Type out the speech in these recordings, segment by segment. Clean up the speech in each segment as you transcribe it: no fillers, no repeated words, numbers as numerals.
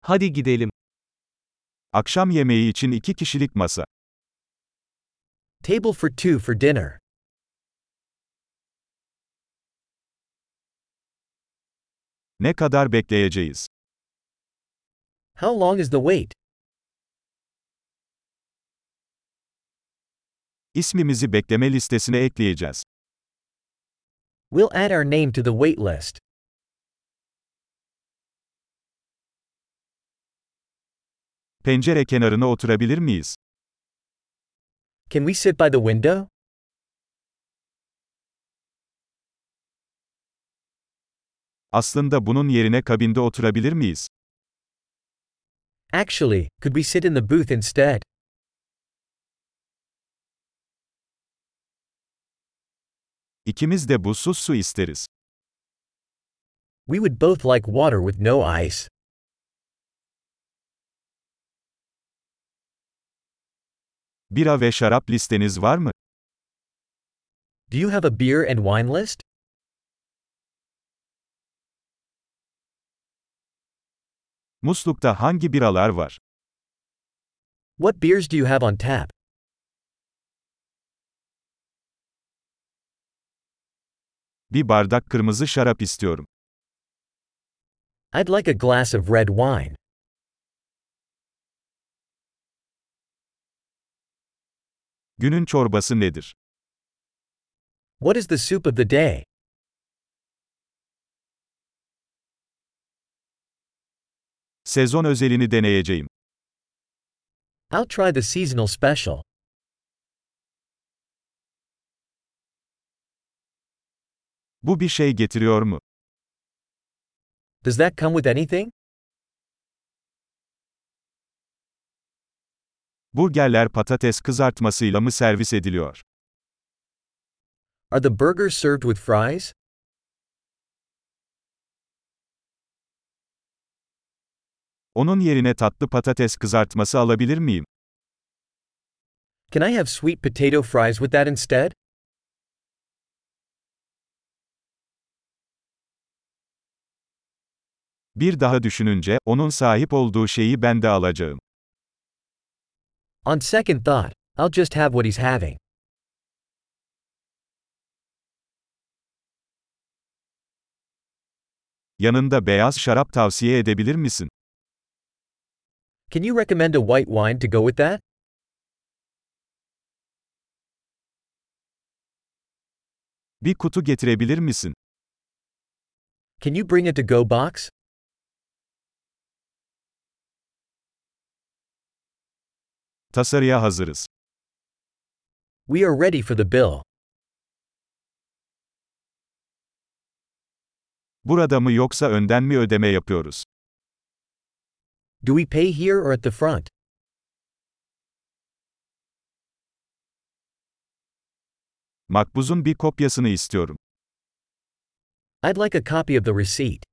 Hadi gidelim. Akşam yemeği için 2 kişilik masa. Table for two for dinner. Ne kadar bekleyeceğiz? How long is the wait? İsmimizi bekleme listesine ekleyeceğiz. We'll add our name to the wait list. Pencere kenarına oturabilir miyiz? Can we sit by the window? Aslında bunun yerine kabinde oturabilir miyiz? Actually, could we sit in the booth instead? İkimiz de buzsuz su isteriz. We would both like water with no ice. Bira ve şarap listeniz var mı? Do you have a beer and wine list? Muslukta hangi biralar var? What beers do you have on tap? Bir bardak kırmızı şarap istiyorum. I'd like a glass of red wine. Günün çorbası nedir? What is the soup of the day? Sezon özelini deneyeceğim. I'll try the seasonal special. Bu bir şey getiriyor mu? Does that come with anything? Burgerler patates kızartmasıyla mı servis ediliyor? Are the burgers served with fries? Onun yerine tatlı patates kızartması alabilir miyim? Can I have sweet potato fries with that instead? Bir daha düşününce, onun sahip olduğu şeyi ben de alacağım. On second thought, I'll just have what he's having. Yanında beyaz şarap tavsiye edebilir misin? Can you recommend a white wine to go with that? Bir kutu getirebilir misin? Can you bring a to-go box? Tasarıya hazırız. We are ready for the bill. Burada mı yoksa önden mi ödeme yapıyoruz? Do we pay here or at the front? Makbuzun bir kopyasını istiyorum. I'd like a copy of the receipt.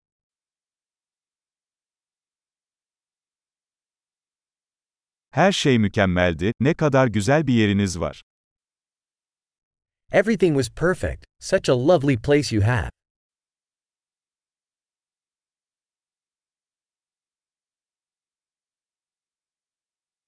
Her şey mükemmeldi, ne kadar güzel bir yeriniz var. Everything was perfect. Such a lovely place you have.